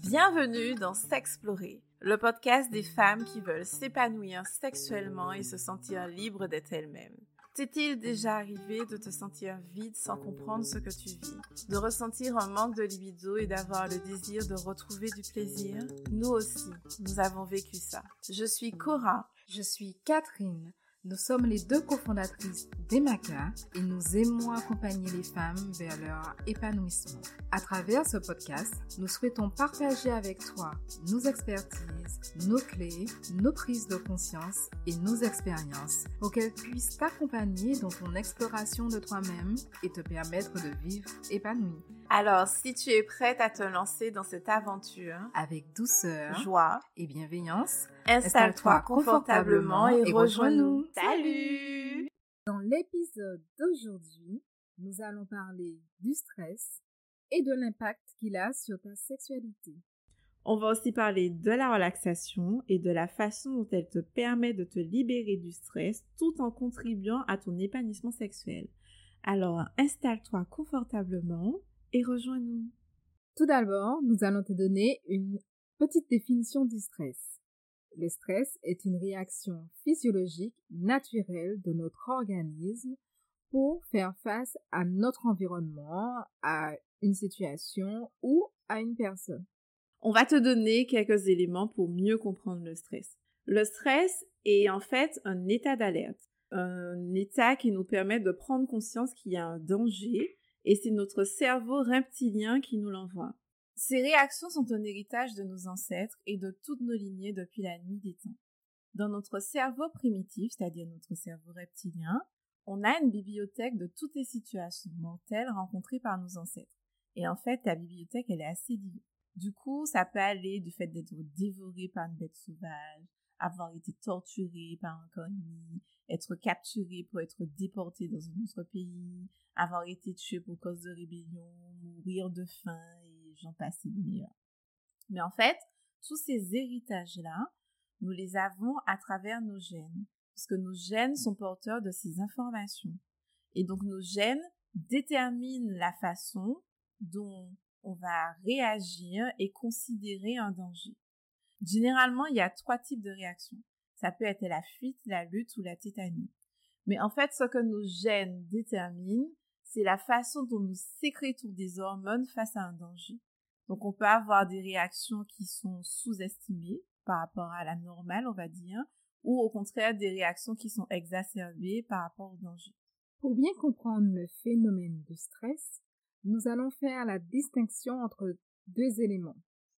Bienvenue dans S'Explorer, le podcast des femmes qui veulent s'épanouir sexuellement et se sentir libres d'être elles-mêmes. T'est-il déjà arrivé de te sentir vide sans comprendre ce que tu vis, de ressentir un manque de libido et d'avoir le désir de retrouver du plaisir? Nous aussi, nous avons vécu ça. Je suis Cora. Je suis Catherine. Nous sommes les deux cofondatrices d'Emaka et nous aimons accompagner les femmes vers leur épanouissement. À travers ce podcast, nous souhaitons partager avec toi nos expertises, nos clés, nos prises de conscience et nos expériences pour qu'elles puissent t'accompagner dans ton exploration de toi-même et te permettre de vivre épanouie. Alors, si tu es prête à te lancer dans cette aventure, avec douceur, joie et bienveillance, installe-toi confortablement et rejoins-nous. Salut! Dans l'épisode d'aujourd'hui, nous allons parler du stress et de l'impact qu'il a sur ta sexualité. On va aussi parler de la relaxation et de la façon dont elle te permet de te libérer du stress tout en contribuant à ton épanouissement sexuel. Alors, installe-toi confortablement et rejoins-nous. Tout d'abord, nous allons te donner une petite définition du stress. Le stress est une réaction physiologique naturelle de notre organisme pour faire face à notre environnement, à une situation ou à une personne. On va te donner quelques éléments pour mieux comprendre le stress. Le stress est en fait un état d'alerte, un état qui nous permet de prendre conscience qu'il y a un danger et c'est notre cerveau reptilien qui nous l'envoie. Ces réactions sont un héritage de nos ancêtres et de toutes nos lignées depuis la nuit des temps. Dans notre cerveau primitif, c'est-à-dire notre cerveau reptilien, on a une bibliothèque de toutes les situations mortelles rencontrées par nos ancêtres. Et en fait, ta bibliothèque, elle est assez diverse. Du coup, ça peut aller du fait d'être dévoré par une bête sauvage, avoir été torturé par un cornu, être capturé pour être déporté dans un autre pays, avoir été tué pour cause de rébellion, mourir de faim et j'en passe des meilleurs. Mais en fait, tous ces héritages-là, nous les avons à travers nos gènes, puisque nos gènes sont porteurs de ces informations. Et donc nos gènes déterminent la façon dont on va réagir et considérer un danger. Généralement, il y a 3 types de réactions. Ça peut être la fuite, la lutte ou la tétanie. Mais en fait, ce que nos gènes déterminent, c'est la façon dont nous sécrétons des hormones face à un danger. Donc, on peut avoir des réactions qui sont sous-estimées par rapport à la normale, on va dire, ou au contraire, des réactions qui sont exacerbées par rapport au danger. Pour bien comprendre le phénomène du stress, nous allons faire la distinction entre 2 éléments.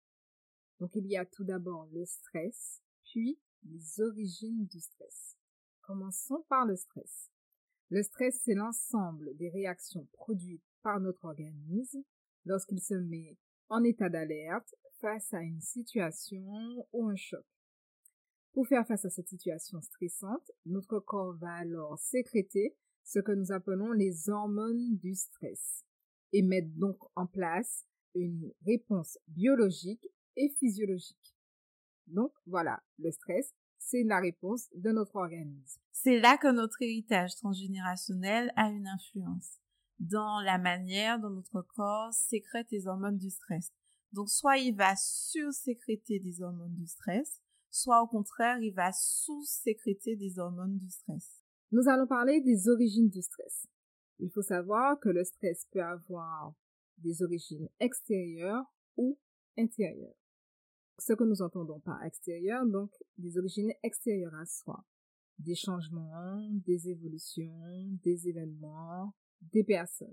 Donc, il y a tout d'abord le stress, puis les origines du stress. Commençons par le stress. Le stress, c'est l'ensemble des réactions produites par notre organisme lorsqu'il se met en état d'alerte face à une situation ou un choc. Pour faire face à cette situation stressante, notre corps va alors sécréter ce que nous appelons les hormones du stress et mettre donc en place une réponse biologique et physiologique. Donc voilà, le stress, c'est la réponse de notre organisme. C'est là que notre héritage transgénérationnel a une influence dans la manière dont notre corps sécrète les hormones du stress. Donc soit il va sursécréter des hormones du stress, soit au contraire, il va sous-sécréter des hormones du stress. Nous allons parler des origines du stress. Il faut savoir que le stress peut avoir des origines extérieures ou intérieures. Ce que nous entendons par extérieur, donc des origines extérieures à soi. Des changements, des évolutions, des événements, des personnes.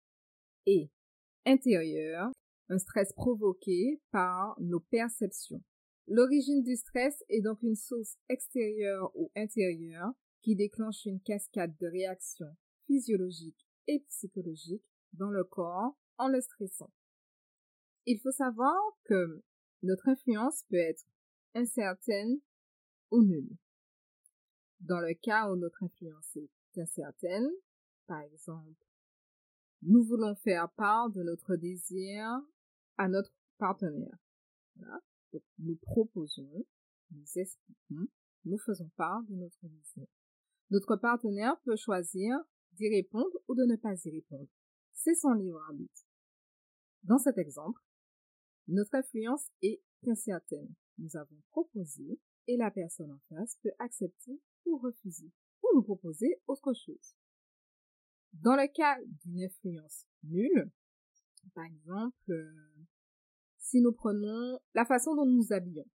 Et intérieur, un stress provoqué par nos perceptions. L'origine du stress est donc une source extérieure ou intérieure qui déclenche une cascade de réactions physiologiques et psychologiques dans le corps en le stressant. Il faut savoir que notre influence peut être incertaine ou nulle. Dans le cas où notre influence est incertaine, par exemple, nous voulons faire part de notre désir à notre partenaire. Voilà. Donc, nous proposons, nous expliquons, nous faisons part de notre désir. Notre partenaire peut choisir d'y répondre ou de ne pas y répondre. C'est son libre arbitre. Dans cet exemple, Notre influence est incertaine. Nous avons proposé et la personne en face peut accepter ou refuser, ou nous proposer autre chose. Dans le cas d'une influence nulle, par exemple, si nous prenons la façon dont nous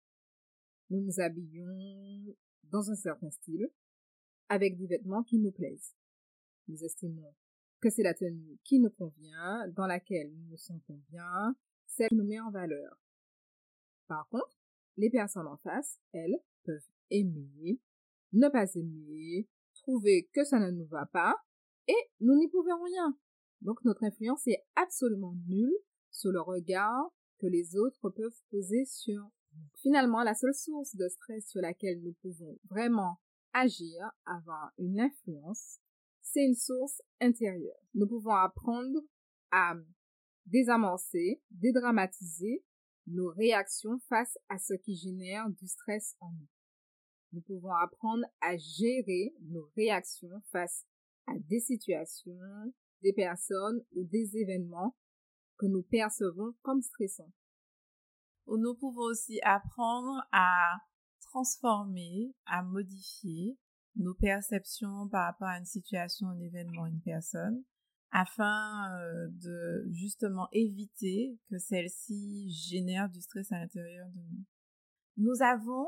nous habillons dans un certain style, avec des vêtements qui nous plaisent. Nous estimons que c'est la tenue qui nous convient, dans laquelle nous nous sentons bien, celle qui nous met en valeur. Par contre, les personnes en face, elles, peuvent aimer, ne pas aimer, trouver que ça ne nous va pas, et nous n'y pouvons rien. Donc notre influence est absolument nulle sur le regard que les autres peuvent poser sur nous. Finalement, la seule source de stress sur laquelle nous pouvons vraiment agir, avoir une influence, c'est une source intérieure. Nous pouvons apprendre à désamorcer, dédramatiser nos réactions face à ce qui génère du stress en nous. Nous pouvons apprendre à gérer nos réactions face à des situations, des personnes ou des événements que nous percevons comme stressants. Nous pouvons aussi apprendre à transformer, à modifier nos perceptions par rapport à une situation, un événement, une personne, afin de justement éviter que celle-ci génère du stress à l'intérieur de nous. Nous avons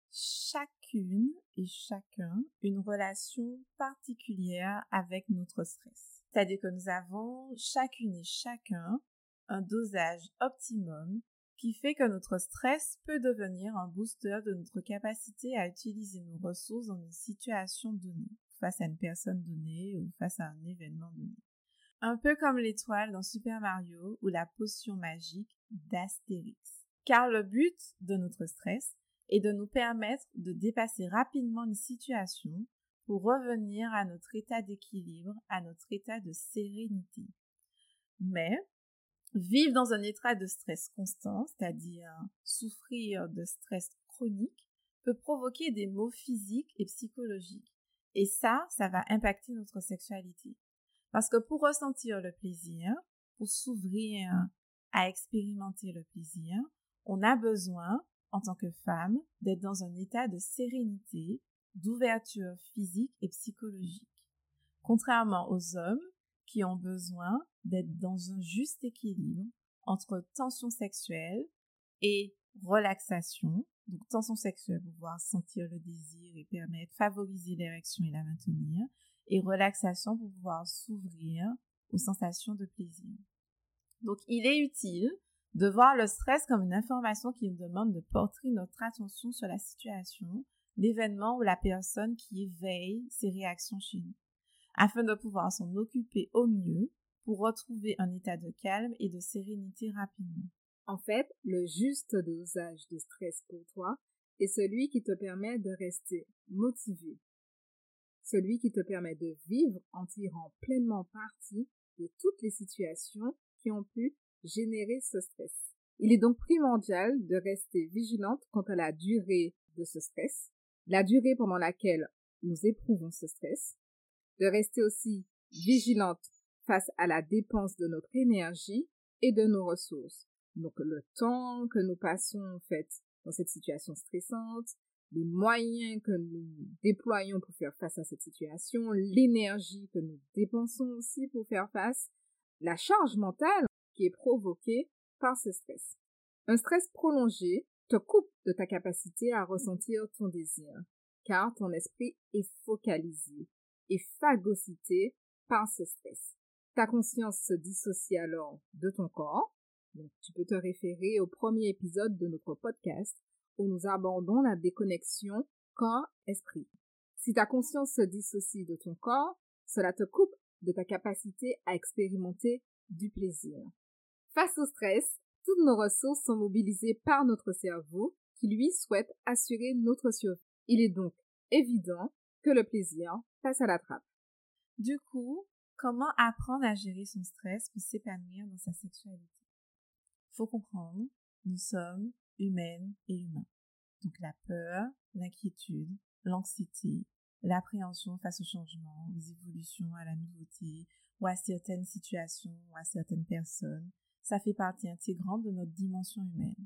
chacune et chacun une relation particulière avec notre stress. C'est-à-dire que nous avons chacune et chacun un dosage optimum qui fait que notre stress peut devenir un booster de notre capacité à utiliser nos ressources dans une situation donnée, face à une personne donnée ou face à un événement donné. Un peu comme l'étoile dans Super Mario ou la potion magique d'Astérix. Car le but de notre stress est de nous permettre de dépasser rapidement une situation pour revenir à notre état d'équilibre, à notre état de sérénité. Mais vivre dans un état de stress constant, c'est-à-dire souffrir de stress chronique, peut provoquer des maux physiques et psychologiques. Et ça va impacter notre sexualité. Parce que pour ressentir le plaisir, pour s'ouvrir à expérimenter le plaisir, on a besoin, en tant que femme, d'être dans un état de sérénité, d'ouverture physique et psychologique. Contrairement aux hommes qui ont besoin d'être dans un juste équilibre entre tension sexuelle et relaxation. Donc, tension sexuelle pour pouvoir sentir le désir et permettre, favoriser l'érection et la maintenir. Et relaxation pour pouvoir s'ouvrir aux sensations de plaisir. Donc, il est utile de voir le stress comme une information qui nous demande de porter notre attention sur la situation, l'événement ou la personne qui éveille ces réactions chez nous, afin de pouvoir s'en occuper au mieux pour retrouver un état de calme et de sérénité rapidement. En fait, le juste dosage de stress pour toi est celui qui te permet de rester motivé, celui qui te permet de vivre en tirant pleinement parti de toutes les situations qui ont pu générer ce stress. Il est donc primordial de rester vigilante quant à la durée de ce stress, la durée pendant laquelle nous éprouvons ce stress, de rester aussi vigilante face à la dépense de notre énergie et de nos ressources. Donc le temps que nous passons en fait dans cette situation stressante, les moyens que nous déployons pour faire face à cette situation, l'énergie que nous dépensons aussi pour faire face, la charge mentale qui est provoquée par ce stress. Un stress prolongé te coupe de ta capacité à ressentir ton désir, car ton esprit est focalisé et phagocyté par ce stress. Ta conscience se dissocie alors de ton corps. Donc, tu peux te référer au premier épisode de notre podcast où nous abordons la déconnexion corps-esprit. Si ta conscience se dissocie de ton corps, cela te coupe de ta capacité à expérimenter du plaisir. Face au stress, toutes nos ressources sont mobilisées par notre cerveau qui, lui, souhaite assurer notre survie. Il est donc évident que le plaisir passe à la trappe. Du coup, comment apprendre à gérer son stress pour s'épanouir dans sa sexualité? Faut comprendre, nous sommes humaines et humains. Donc la peur, l'inquiétude, l'anxiété, l'appréhension face au changement, aux évolutions, à la nouveauté, ou à certaines situations, ou à certaines personnes, ça fait partie intégrante de notre dimension humaine.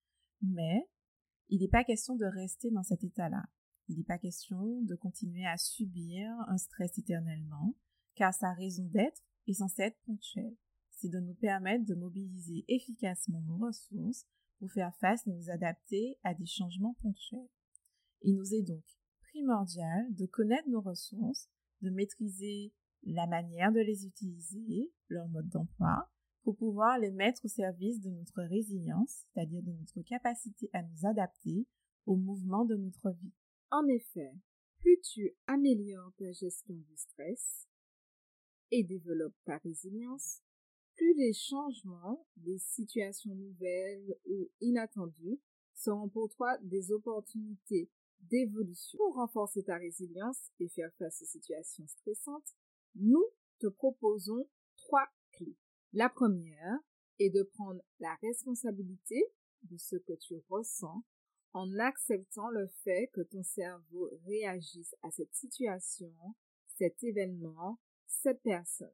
Mais il n'est pas question de rester dans cet état-là. Il n'est pas question de continuer à subir un stress éternellement, car sa raison d'être est censée être ponctuelle. C'est de nous permettre de mobiliser efficacement nos ressources pour faire face et nous adapter à des changements ponctuels. Il nous est donc primordial de connaître nos ressources, de maîtriser la manière de les utiliser, leur mode d'emploi, pour pouvoir les mettre au service de notre résilience, c'est-à-dire de notre capacité à nous adapter aux mouvements de notre vie. En effet, plus tu améliores ta gestion du stress et développes ta résilience, plus les changements, les situations nouvelles ou inattendues seront pour toi des opportunités d'évolution. Pour renforcer ta résilience et faire face aux situations stressantes, nous te proposons 3 clés. La première est de prendre la responsabilité de ce que tu ressens en acceptant le fait que ton cerveau réagisse à cette situation, cet événement, cette personne.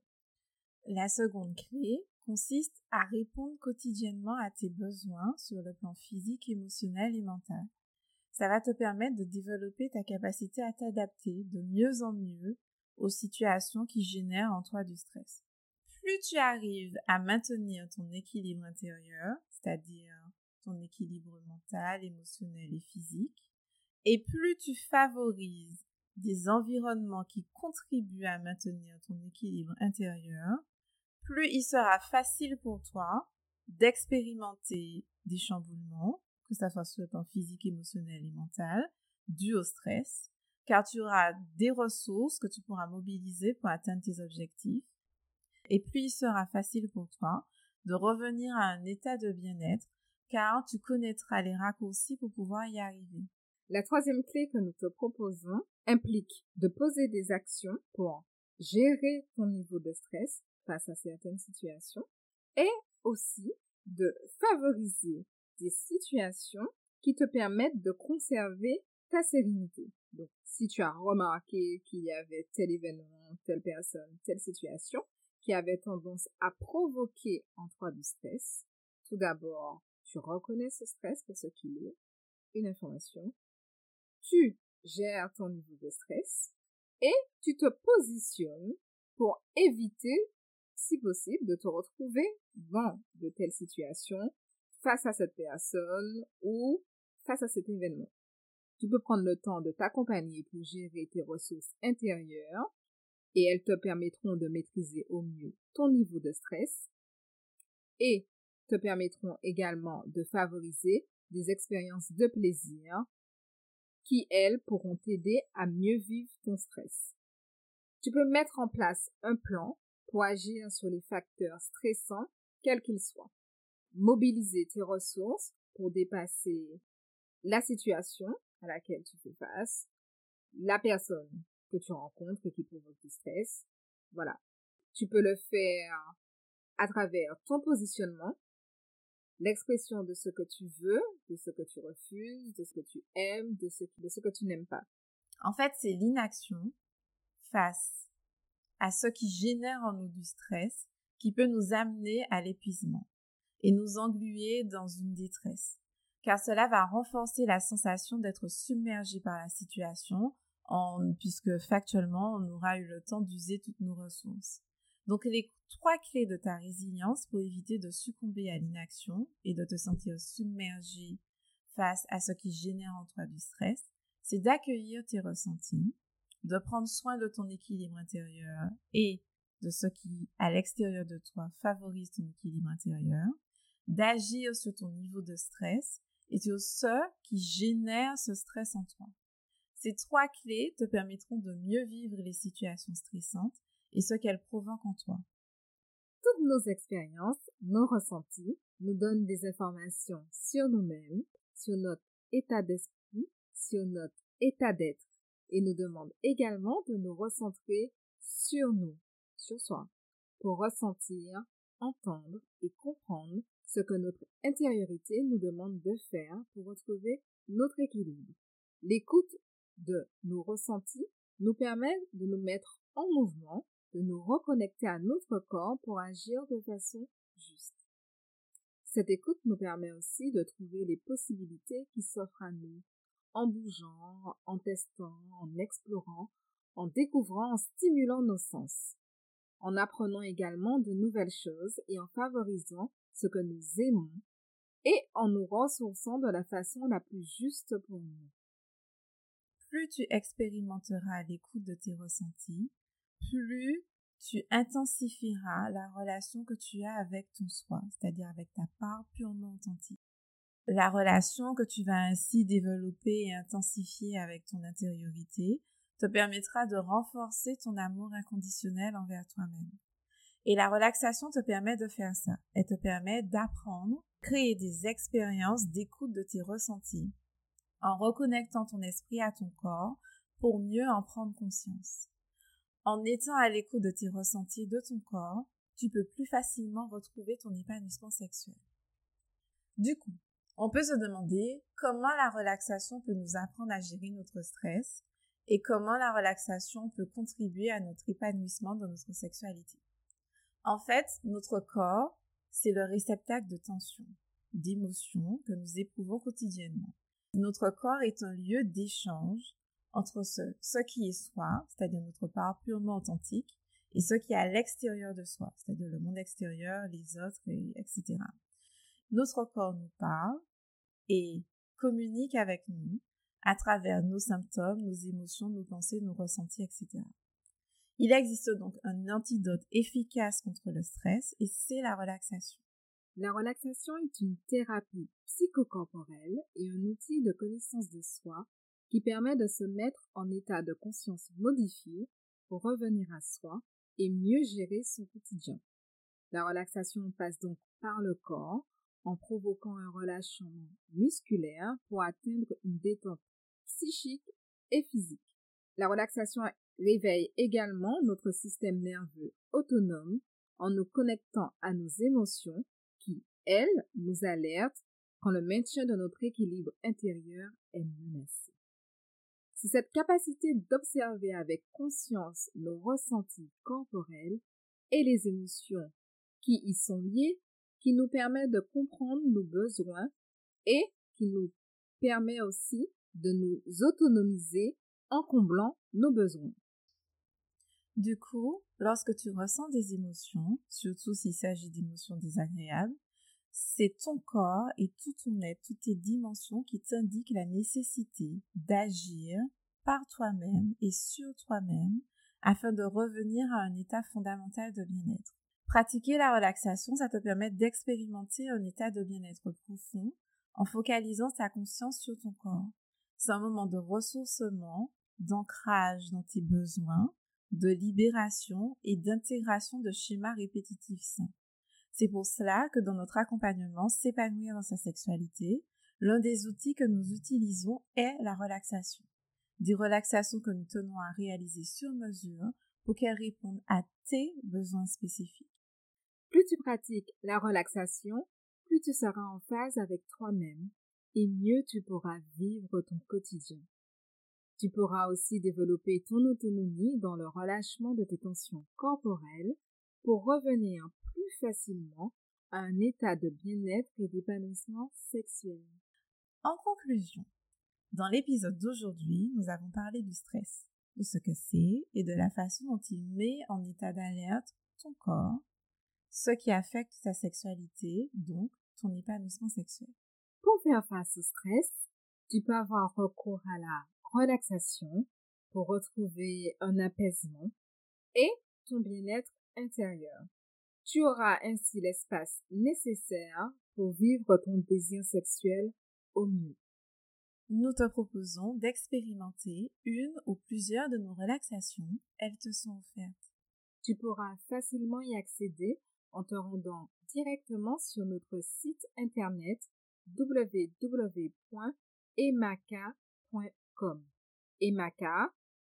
La seconde clé consiste à répondre quotidiennement à tes besoins sur le plan physique, émotionnel et mental. Ça va te permettre de développer ta capacité à t'adapter de mieux en mieux aux situations qui génèrent en toi du stress. Plus tu arrives à maintenir ton équilibre intérieur, c'est-à-dire ton équilibre mental, émotionnel et physique, et plus tu favorises des environnements qui contribuent à maintenir ton équilibre intérieur, plus il sera facile pour toi d'expérimenter des chamboulements, que ce soit sur le plan physique, émotionnel et mental, dû au stress, car tu auras des ressources que tu pourras mobiliser pour atteindre tes objectifs. Et plus il sera facile pour toi de revenir à un état de bien-être, car tu connaîtras les raccourcis pour pouvoir y arriver. La troisième clé que nous te proposons implique de poser des actions pour gérer ton niveau de stress face à certaines situations et aussi de favoriser des situations qui te permettent de conserver ta sérénité. Donc, si tu as remarqué qu'il y avait tel événement, telle personne, telle situation qui avait tendance à provoquer en toi du stress, tout d'abord, tu reconnais ce stress pour ce qu'il est, une information, tu gères ton niveau de stress et tu te positionnes pour éviter, si possible, de te retrouver dans de telles situations face à cette personne ou face à cet événement. Tu peux prendre le temps de t'accompagner pour gérer tes ressources intérieures et elles te permettront de maîtriser au mieux ton niveau de stress et te permettront également de favoriser des expériences de plaisir qui, elles, pourront t'aider à mieux vivre ton stress. Tu peux mettre en place un plan pour agir sur les facteurs stressants, quels qu'ils soient. Mobiliser tes ressources pour dépasser la situation à laquelle tu fais face, la personne que tu rencontres et qui provoque du stress. Voilà. Tu peux le faire à travers ton positionnement, l'expression de ce que tu veux, de ce que tu refuses, de ce que tu aimes, de ce que tu n'aimes pas. En fait, c'est l'inaction face à ce qui génère en nous du stress qui peut nous amener à l'épuisement et nous engluer dans une détresse, car cela va renforcer la sensation d'être submergé par la situation puisque factuellement, on aura eu le temps d'user toutes nos ressources. Donc, les 3 clés de ta résilience pour éviter de succomber à l'inaction et de te sentir submergé face à ce qui génère en toi du stress, c'est d'accueillir tes ressentis, de prendre soin de ton équilibre intérieur et de ce qui, à l'extérieur de toi, favorise ton équilibre intérieur, d'agir sur ton niveau de stress et sur ce qui génère ce stress en toi. Ces 3 clés te permettront de mieux vivre les situations stressantes et ce qu'elles provoquent en toi. Toutes nos expériences, nos ressentis nous donnent des informations sur nous-mêmes, sur notre état d'esprit, sur notre état d'être et nous demandent également de nous recentrer sur nous, sur soi, pour ressentir, entendre et comprendre ce que notre intériorité nous demande de faire pour retrouver notre équilibre. L'écoute de nos ressentis nous permet de nous mettre en mouvement, de nous reconnecter à notre corps pour agir de façon juste. Cette écoute nous permet aussi de trouver les possibilités qui s'offrent à nous, en bougeant, en testant, en explorant, en découvrant, en stimulant nos sens, en apprenant également de nouvelles choses et en favorisant ce que nous aimons et en nous ressourçant de la façon la plus juste pour nous. Plus tu expérimenteras l'écoute de tes ressentis, plus tu intensifieras la relation que tu as avec ton soi, c'est-à-dire avec ta part purement authentique. La relation que tu vas ainsi développer et intensifier avec ton intériorité te permettra de renforcer ton amour inconditionnel envers toi-même. Et la relaxation te permet de faire ça. Elle te permet d'apprendre, créer des expériences d'écoute de tes ressentis, en reconnectant ton esprit à ton corps pour mieux en prendre conscience. En étant à l'écoute de tes ressentis de ton corps, tu peux plus facilement retrouver ton épanouissement sexuel. Du coup, on peut se demander comment la relaxation peut nous apprendre à gérer notre stress et comment la relaxation peut contribuer à notre épanouissement dans notre sexualité. En fait, notre corps, c'est le réceptacle de tensions, d'émotions que nous éprouvons quotidiennement. Notre corps est un lieu d'échange entre ce qui est soi, c'est-à-dire notre part purement authentique, et ce qui est à l'extérieur de soi, c'est-à-dire le monde extérieur, les autres, etc. Notre corps nous parle et communique avec nous à travers nos symptômes, nos émotions, nos pensées, nos ressentis, etc. Il existe donc un antidote efficace contre le stress et c'est la relaxation. La relaxation est une thérapie psychocorporelle et un outil de connaissance de soi qui permet de se mettre en état de conscience modifié pour revenir à soi et mieux gérer son quotidien. La relaxation passe donc par le corps en provoquant un relâchement musculaire pour atteindre une détente psychique et physique. La relaxation réveille également notre système nerveux autonome en nous connectant à nos émotions qui, elles, nous alertent quand le maintien de notre équilibre intérieur est menacé. C'est cette capacité d'observer avec conscience nos ressentis corporels et les émotions qui y sont liées qui nous permet de comprendre nos besoins et qui nous permet aussi de nous autonomiser en comblant nos besoins. Du coup, lorsque tu ressens des émotions, surtout s'il s'agit d'émotions désagréables, c'est ton corps et tout ton être, toutes tes dimensions qui t'indiquent la nécessité d'agir par toi-même et sur toi-même afin de revenir à un état fondamental de bien-être. Pratiquer la relaxation, ça te permet d'expérimenter un état de bien-être profond en focalisant ta conscience sur ton corps. C'est un moment de ressourcement, d'ancrage dans tes besoins, de libération et d'intégration de schémas répétitifs sains. C'est pour cela que dans notre accompagnement S'épanouir dans sa sexualité, l'un des outils que nous utilisons est la relaxation. Des relaxations que nous tenons à réaliser sur mesure pour qu'elles répondent à tes besoins spécifiques. Plus tu pratiques la relaxation, plus tu seras en phase avec toi-même et mieux tu pourras vivre ton quotidien. Tu pourras aussi développer ton autonomie dans le relâchement de tes tensions corporelles pour revenir plus facilement à un état de bien-être et d'épanouissement sexuel. En conclusion, dans l'épisode d'aujourd'hui, nous avons parlé du stress, de ce que c'est et de la façon dont il met en état d'alerte ton corps, ce qui affecte ta sexualité, donc ton épanouissement sexuel. Pour faire face au stress, tu peux avoir recours à la relaxation pour retrouver un apaisement et ton bien-être intérieur. Tu auras ainsi l'espace nécessaire pour vivre ton désir sexuel au mieux. Nous te proposons d'expérimenter une ou plusieurs de nos relaxations. Elles te sont offertes. Tu pourras facilement y accéder en te rendant directement sur notre site internet www.emaka.com. Emaka,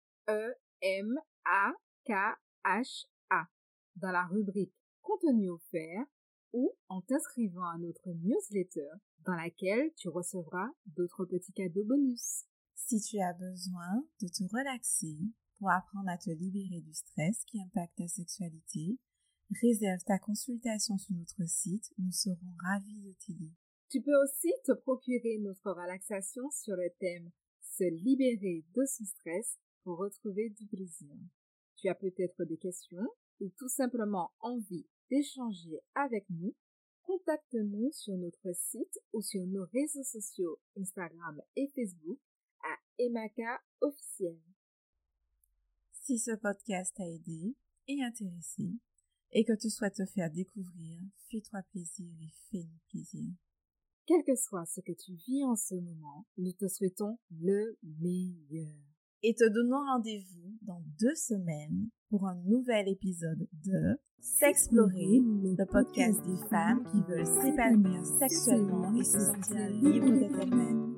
E-M-A-K-H-A, dans la rubrique Contenu offert ou en t'inscrivant à notre newsletter dans laquelle tu recevras d'autres petits cadeaux bonus. Si tu as besoin de te relaxer pour apprendre à te libérer du stress qui impacte ta sexualité, Réserve ta consultation sur notre site, nous serons ravis de t'aider. Tu peux aussi te procurer notre relaxation sur le thème « Se libérer de son stress pour retrouver du plaisir ». Tu as peut-être des questions ou tout simplement envie d'échanger avec nous. Contacte-nous sur notre site ou sur nos réseaux sociaux Instagram et Facebook à Emaka Officiel. Si ce podcast t'a aidé et intéressé et que tu souhaites te faire découvrir, fais-toi plaisir et fais-nous plaisir. Quel que soit ce que tu vis en ce moment, nous te souhaitons le meilleur. Et te donnons rendez-vous dans 2 semaines pour un nouvel épisode de S'explorer, le podcast des femmes qui veulent s'épanouir sexuellement et se sentir libres d'être elles-mêmes.